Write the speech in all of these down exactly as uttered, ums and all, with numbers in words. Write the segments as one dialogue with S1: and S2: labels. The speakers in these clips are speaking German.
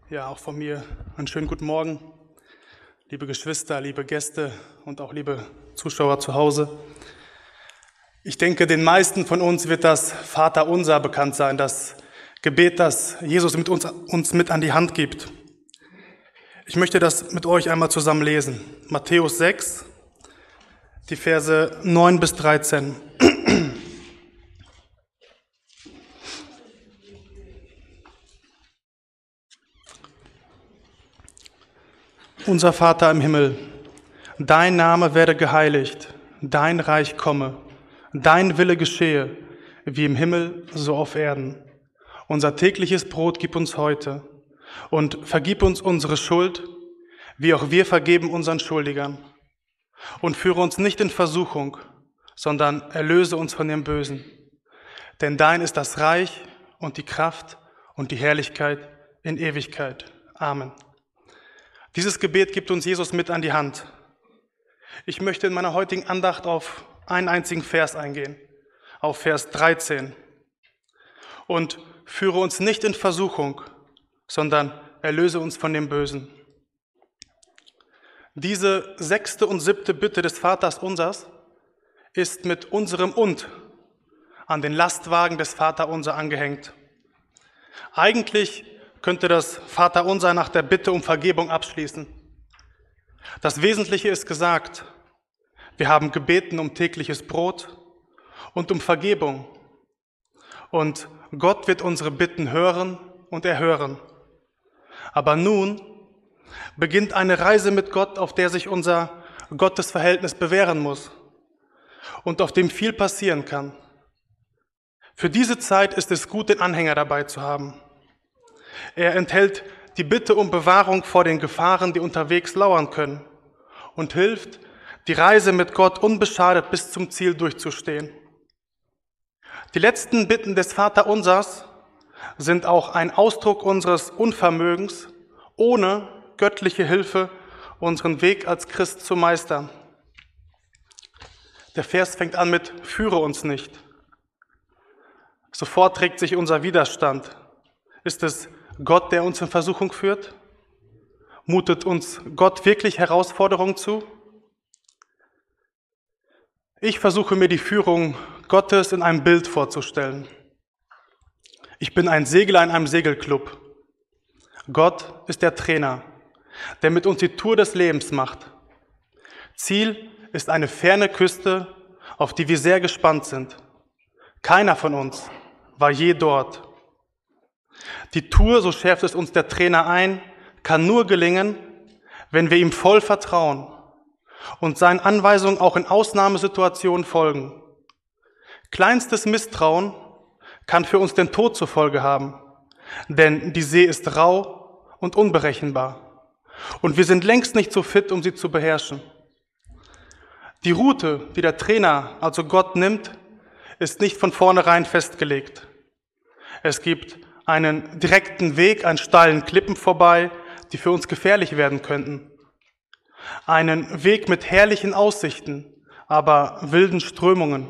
S1: Ja, auch von mir einen schönen guten Morgen, liebe Geschwister, liebe Gäste und auch liebe Zuschauer zu Hause. Ich denke, den meisten von uns wird das Vaterunser bekannt sein, das Gebet, das Jesus mit uns, uns mit an die Hand gibt. Ich möchte das mit euch einmal zusammen lesen. Matthäus sechs, die Verse neun bis dreizehn. Unser Vater im Himmel, dein Name werde geheiligt, dein Reich komme, dein Wille geschehe, wie im Himmel, so auf Erden. Unser tägliches Brot gib uns heute und vergib uns unsere Schuld, wie auch wir vergeben unseren Schuldigern. Und führe uns nicht in Versuchung, sondern erlöse uns von dem Bösen. Denn dein ist das Reich und die Kraft und die Herrlichkeit in Ewigkeit. Amen. Dieses Gebet gibt uns Jesus mit an die Hand. Ich möchte in meiner heutigen Andacht auf einen einzigen Vers eingehen, auf Vers dreizehn. Und führe uns nicht in Versuchung, sondern erlöse uns von dem Bösen. Diese sechste und siebte Bitte des Vaters unsers ist mit unserem Und an den Lastwagen des Vaterunser angehängt. Eigentlich könnte das Vaterunser nach der Bitte um Vergebung abschließen. Das Wesentliche ist gesagt. Wir haben gebeten um tägliches Brot und um Vergebung. Und Gott wird unsere Bitten hören und erhören. Aber nun beginnt eine Reise mit Gott, auf der sich unser Gottesverhältnis bewähren muss und auf dem viel passieren kann. Für diese Zeit ist es gut, den Anhänger dabei zu haben. Er enthält die Bitte um Bewahrung vor den Gefahren, die unterwegs lauern können, und hilft, die Reise mit Gott unbeschadet bis zum Ziel durchzustehen. Die letzten Bitten des Vaterunsers sind auch ein Ausdruck unseres Unvermögens, ohne göttliche Hilfe unseren Weg als Christ zu meistern. Der Vers fängt an mit „Führe uns nicht". Sofort trägt sich unser Widerstand. Ist es Gott, der uns in Versuchung führt? Mutet uns Gott wirklich Herausforderungen zu? Ich versuche mir die Führung Gottes in einem Bild vorzustellen. Ich bin ein Segler in einem Segelclub. Gott ist der Trainer, der mit uns die Tour des Lebens macht. Ziel ist eine ferne Küste, auf die wir sehr gespannt sind. Keiner von uns war je dort. Die Tour, so schärft es uns der Trainer ein, kann nur gelingen, wenn wir ihm voll vertrauen und seinen Anweisungen auch in Ausnahmesituationen folgen. Kleinstes Misstrauen kann für uns den Tod zur Folge haben, denn die See ist rau und unberechenbar und wir sind längst nicht so fit, um sie zu beherrschen. Die Route, die der Trainer, also Gott, nimmt, ist nicht von vornherein festgelegt. Es gibt einen direkten Weg an steilen Klippen vorbei, die für uns gefährlich werden könnten. Einen Weg mit herrlichen Aussichten, aber wilden Strömungen.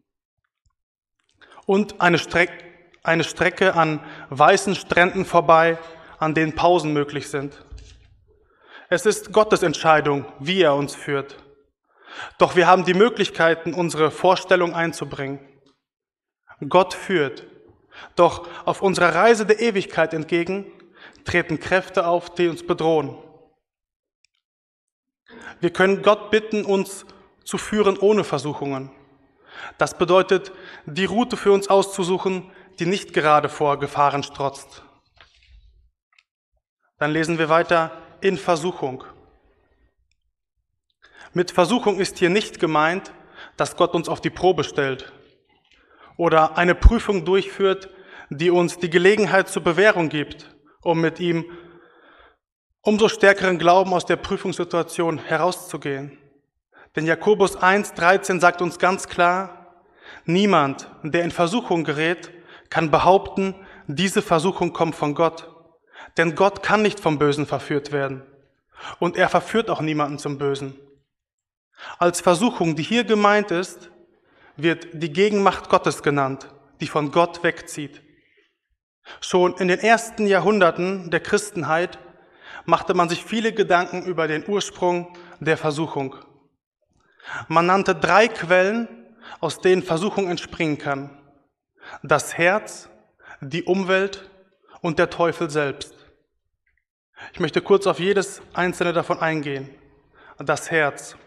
S1: Und eine, Streck, eine Strecke an weißen Stränden vorbei, an denen Pausen möglich sind. Es ist Gottes Entscheidung, wie er uns führt. Doch wir haben die Möglichkeiten, unsere Vorstellung einzubringen. Gott führt. Doch auf unserer Reise der Ewigkeit entgegen treten Kräfte auf, die uns bedrohen. Wir können Gott bitten, uns zu führen ohne Versuchungen. Das bedeutet, die Route für uns auszusuchen, die nicht gerade vor Gefahren strotzt. Dann lesen wir weiter, in Versuchung. Mit Versuchung ist hier nicht gemeint, dass Gott uns auf die Probe stellt oder eine Prüfung durchführt, die uns die Gelegenheit zur Bewährung gibt, um mit ihm umso stärkeren Glauben aus der Prüfungssituation herauszugehen. Denn Jakobus eins dreizehn sagt uns ganz klar, niemand, der in Versuchung gerät, kann behaupten, diese Versuchung kommt von Gott. Denn Gott kann nicht vom Bösen verführt werden. Und er verführt auch niemanden zum Bösen. Als Versuchung, die hier gemeint ist, wird die Gegenmacht Gottes genannt, die von Gott wegzieht. Schon in den ersten Jahrhunderten der Christenheit machte man sich viele Gedanken über den Ursprung der Versuchung. Man nannte drei Quellen, aus denen Versuchung entspringen kann: das Herz, die Umwelt und der Teufel selbst. Ich möchte kurz auf jedes einzelne davon eingehen. Das Herz.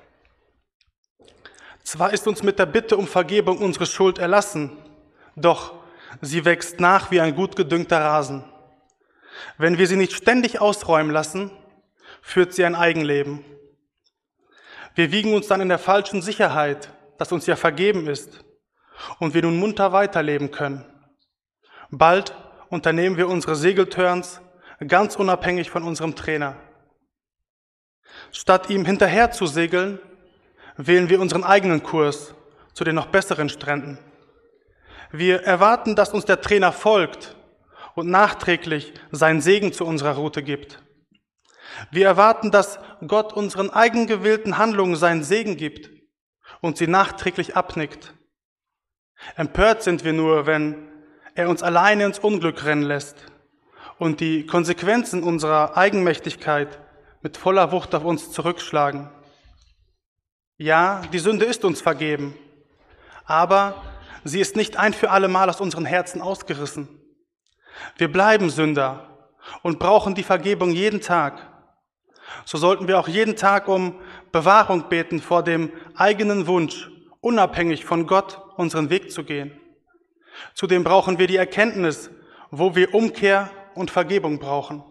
S1: Zwar ist uns mit der Bitte um Vergebung unsere Schuld erlassen, doch sie wächst nach wie ein gut gedüngter Rasen. Wenn wir sie nicht ständig ausräumen lassen, führt sie ein Eigenleben. Wir wiegen uns dann in der falschen Sicherheit, dass uns ja vergeben ist und wir nun munter weiterleben können. Bald unternehmen wir unsere Segelturns ganz unabhängig von unserem Trainer. Statt ihm hinterher zu segeln, wählen wir unseren eigenen Kurs zu den noch besseren Stränden. Wir erwarten, dass uns der Trainer folgt und nachträglich seinen Segen zu unserer Route gibt. Wir erwarten, dass Gott unseren eigengewählten Handlungen seinen Segen gibt und sie nachträglich abnickt. Empört sind wir nur, wenn er uns alleine ins Unglück rennen lässt und die Konsequenzen unserer Eigenmächtigkeit mit voller Wucht auf uns zurückschlagen. Ja, die Sünde ist uns vergeben, aber sie ist nicht ein für alle Mal aus unseren Herzen ausgerissen. Wir bleiben Sünder und brauchen die Vergebung jeden Tag. So sollten wir auch jeden Tag um Bewahrung beten vor dem eigenen Wunsch, unabhängig von Gott unseren Weg zu gehen. Zudem brauchen wir die Erkenntnis, wo wir Umkehr und Vergebung brauchen.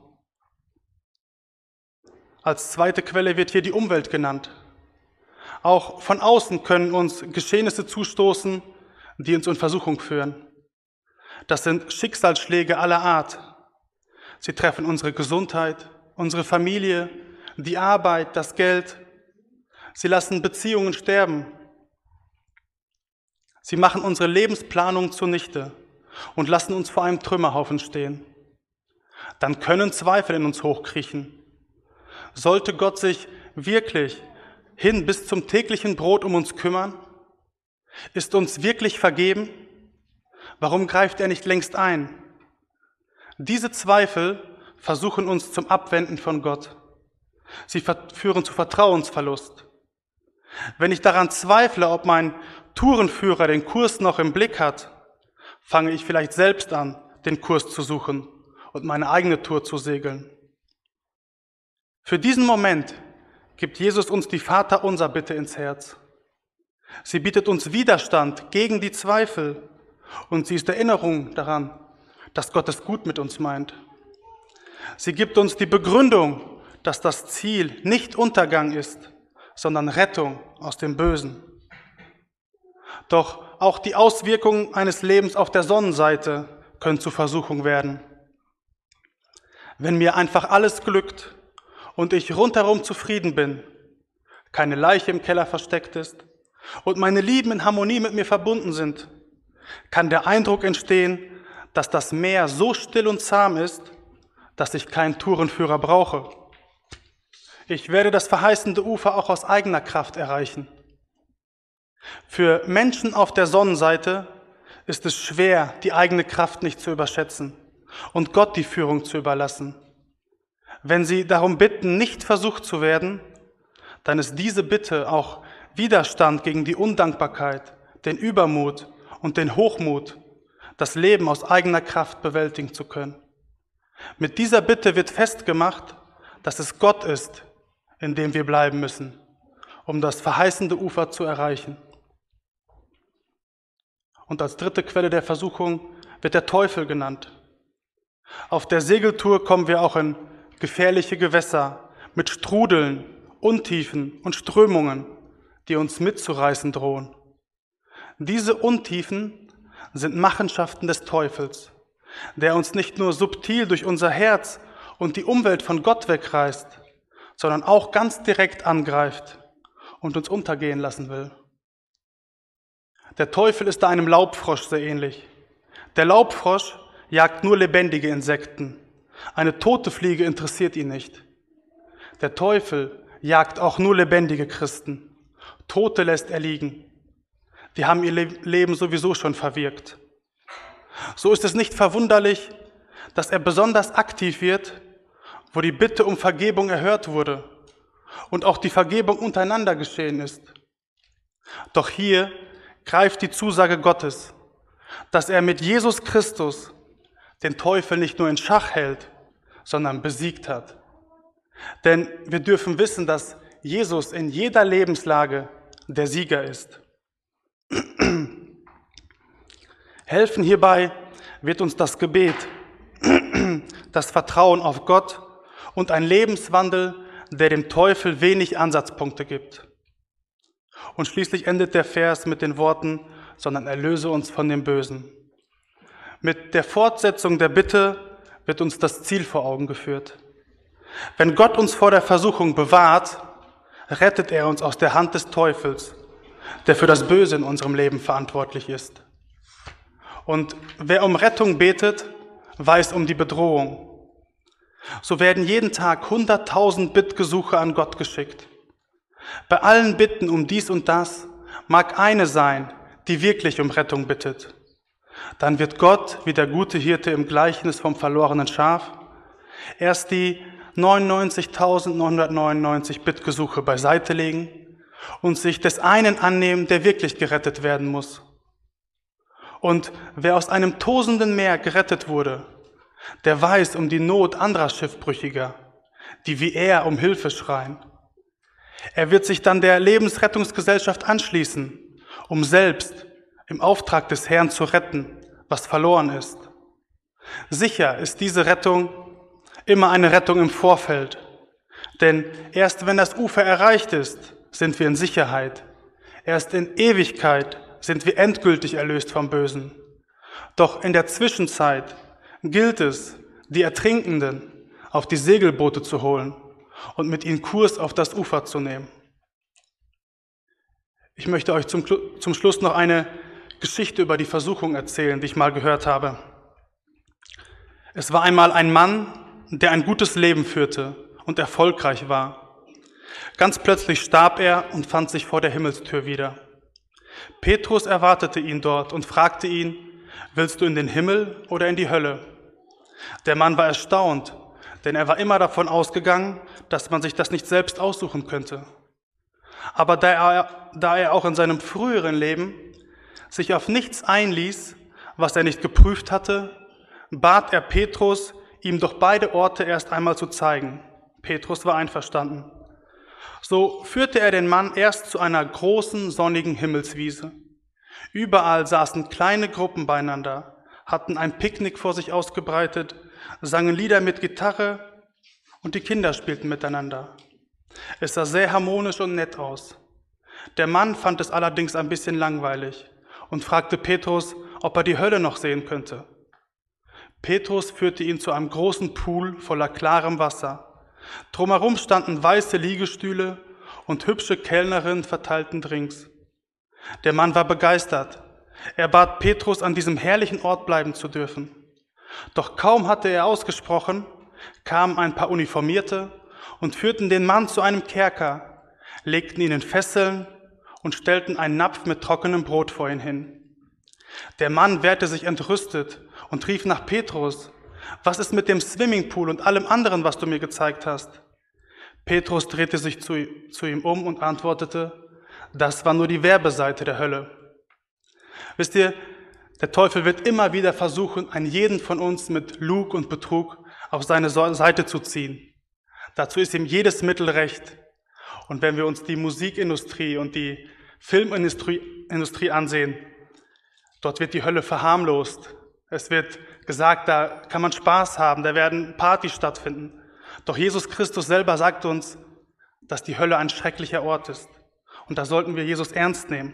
S1: Als zweite Quelle wird hier die Umwelt genannt. Auch von außen können uns Geschehnisse zustoßen, die uns in Versuchung führen. Das sind Schicksalsschläge aller Art. Sie treffen unsere Gesundheit, unsere Familie, die Arbeit, das Geld. Sie lassen Beziehungen sterben. Sie machen unsere Lebensplanung zunichte und lassen uns vor einem Trümmerhaufen stehen. Dann können Zweifel in uns hochkriechen. Sollte Gott sich wirklich hin bis zum täglichen Brot um uns kümmern? Ist uns wirklich vergeben? Warum greift er nicht längst ein? Diese Zweifel versuchen uns zum Abwenden von Gott. Sie führen zu Vertrauensverlust. Wenn ich daran zweifle, ob mein Tourenführer den Kurs noch im Blick hat, fange ich vielleicht selbst an, den Kurs zu suchen und meine eigene Tour zu segeln. Für diesen Moment gibt Jesus uns die Vaterunser-Bitte ins Herz. Sie bietet uns Widerstand gegen die Zweifel und sie ist Erinnerung daran, dass Gott es gut mit uns meint. Sie gibt uns die Begründung, dass das Ziel nicht Untergang ist, sondern Rettung aus dem Bösen. Doch auch die Auswirkungen eines Lebens auf der Sonnenseite können zur Versuchung werden. Wenn mir einfach alles glückt und ich rundherum zufrieden bin, keine Leiche im Keller versteckt ist und meine Lieben in Harmonie mit mir verbunden sind, kann der Eindruck entstehen, dass das Meer so still und zahm ist, dass ich keinen Tourenführer brauche. Ich werde das verheißende Ufer auch aus eigener Kraft erreichen. Für Menschen auf der Sonnenseite ist es schwer, die eigene Kraft nicht zu überschätzen und Gott die Führung zu überlassen. Wenn sie darum bitten, nicht versucht zu werden, dann ist diese Bitte auch Widerstand gegen die Undankbarkeit, den Übermut und den Hochmut, das Leben aus eigener Kraft bewältigen zu können. Mit dieser Bitte wird festgemacht, dass es Gott ist, in dem wir bleiben müssen, um das verheißende Ufer zu erreichen. Und als dritte Quelle der Versuchung wird der Teufel genannt. Auf der Segeltour kommen wir auch in gefährliche Gewässer mit Strudeln, Untiefen und Strömungen, die uns mitzureißen drohen. Diese Untiefen sind Machenschaften des Teufels, der uns nicht nur subtil durch unser Herz und die Umwelt von Gott wegreißt, sondern auch ganz direkt angreift und uns untergehen lassen will. Der Teufel ist da einem Laubfrosch sehr ähnlich. Der Laubfrosch jagt nur lebendige Insekten. Eine tote Fliege interessiert ihn nicht. Der Teufel jagt auch nur lebendige Christen. Tote lässt er liegen. Die haben ihr Leben sowieso schon verwirkt. So ist es nicht verwunderlich, dass er besonders aktiv wird, wo die Bitte um Vergebung erhört wurde und auch die Vergebung untereinander geschehen ist. Doch hier greift die Zusage Gottes, dass er mit Jesus Christus den Teufel nicht nur in Schach hält, sondern besiegt hat. Denn wir dürfen wissen, dass Jesus in jeder Lebenslage der Sieger ist. Helfen hierbei wird uns das Gebet, das Vertrauen auf Gott und ein Lebenswandel, der dem Teufel wenig Ansatzpunkte gibt. Und schließlich endet der Vers mit den Worten, sondern erlöse uns von dem Bösen. Mit der Fortsetzung der Bitte wird uns das Ziel vor Augen geführt. Wenn Gott uns vor der Versuchung bewahrt, rettet er uns aus der Hand des Teufels, der für das Böse in unserem Leben verantwortlich ist. Und wer um Rettung betet, weiß um die Bedrohung. So werden jeden Tag hunderttausend Bittgesuche an Gott geschickt. Bei allen Bitten um dies und das mag eine sein, die wirklich um Rettung bittet. Dann wird Gott, wie der gute Hirte im Gleichnis vom verlorenen Schaf, erst die neunundneunzigtausendneunhundertneunundneunzig Bittgesuche beiseite legen und sich des einen annehmen, der wirklich gerettet werden muss. Und wer aus einem tosenden Meer gerettet wurde, der weiß um die Not anderer Schiffbrüchiger, die wie er um Hilfe schreien. Er wird sich dann der Lebensrettungsgesellschaft anschließen, um selbst im Auftrag des Herrn zu retten, was verloren ist. Sicher ist diese Rettung immer eine Rettung im Vorfeld, denn erst wenn das Ufer erreicht ist, sind wir in Sicherheit. Erst in Ewigkeit sind wir endgültig erlöst vom Bösen. Doch in der Zwischenzeit gilt es, die Ertrinkenden auf die Segelboote zu holen und mit ihnen Kurs auf das Ufer zu nehmen. Ich möchte euch zum, zum Schluss noch eine Geschichte über die Versuchung erzählen, die ich mal gehört habe. Es war einmal ein Mann, der ein gutes Leben führte und erfolgreich war. Ganz plötzlich starb er und fand sich vor der Himmelstür wieder. Petrus erwartete ihn dort und fragte ihn, willst du in den Himmel oder in die Hölle? Der Mann war erstaunt, denn er war immer davon ausgegangen, dass man sich das nicht selbst aussuchen könnte. Aber da er, da er auch in seinem früheren Leben sich auf nichts einließ, was er nicht geprüft hatte, bat er Petrus, ihm doch beide Orte erst einmal zu zeigen. Petrus war einverstanden. So führte er den Mann erst zu einer großen, sonnigen Himmelswiese. Überall saßen kleine Gruppen beieinander, hatten ein Picknick vor sich ausgebreitet, sangen Lieder mit Gitarre und die Kinder spielten miteinander. Es sah sehr harmonisch und nett aus. Der Mann fand es allerdings ein bisschen langweilig und fragte Petrus, ob er die Hölle noch sehen könnte. Petrus führte ihn zu einem großen Pool voller klarem Wasser. Drumherum standen weiße Liegestühle und hübsche Kellnerinnen verteilten Drinks. Der Mann war begeistert. Er bat Petrus, an diesem herrlichen Ort bleiben zu dürfen. Doch kaum hatte er ausgesprochen, kamen ein paar Uniformierte und führten den Mann zu einem Kerker, legten ihn in Fesseln und stellten einen Napf mit trockenem Brot vor ihn hin. Der Mann wehrte sich entrüstet und rief nach Petrus, was ist mit dem Swimmingpool und allem anderen, was du mir gezeigt hast? Petrus drehte sich zu, zu ihm um und antwortete, das war nur die Werbeseite der Hölle. Wisst ihr, der Teufel wird immer wieder versuchen, einen jeden von uns mit Lug und Betrug auf seine Seite zu ziehen. Dazu ist ihm jedes Mittel recht. Und wenn wir uns die Musikindustrie und die Filmindustrie Industrie ansehen, dort wird die Hölle verharmlost. Es wird gesagt, da kann man Spaß haben, da werden Partys stattfinden. Doch Jesus Christus selber sagt uns, dass die Hölle ein schrecklicher Ort ist. Und da sollten wir Jesus ernst nehmen.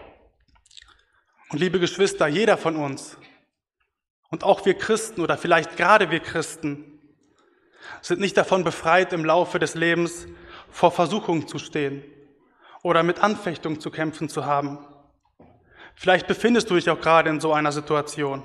S1: Und liebe Geschwister, jeder von uns und auch wir Christen oder vielleicht gerade wir Christen sind nicht davon befreit, im Laufe des Lebens vor Versuchung zu stehen oder mit Anfechtung zu kämpfen zu haben. Vielleicht befindest du dich auch gerade in so einer Situation.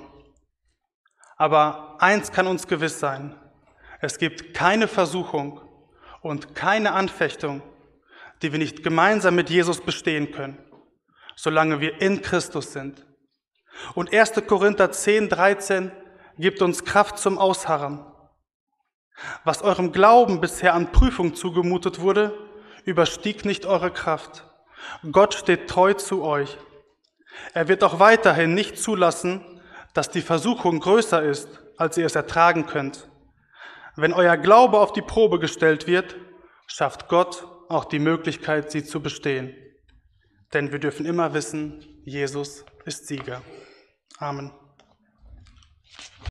S1: Aber eins kann uns gewiss sein, es gibt keine Versuchung und keine Anfechtung, die wir nicht gemeinsam mit Jesus bestehen können, solange wir in Christus sind. Und erster Korinther zehn, dreizehn gibt uns Kraft zum Ausharren. Was eurem Glauben bisher an Prüfung zugemutet wurde, überstieg nicht eure Kraft. Gott steht treu zu euch. Er wird auch weiterhin nicht zulassen, dass die Versuchung größer ist, als ihr es ertragen könnt. Wenn euer Glaube auf die Probe gestellt wird, schafft Gott auch die Möglichkeit, sie zu bestehen. Denn wir dürfen immer wissen, Jesus ist Sieger. Amen.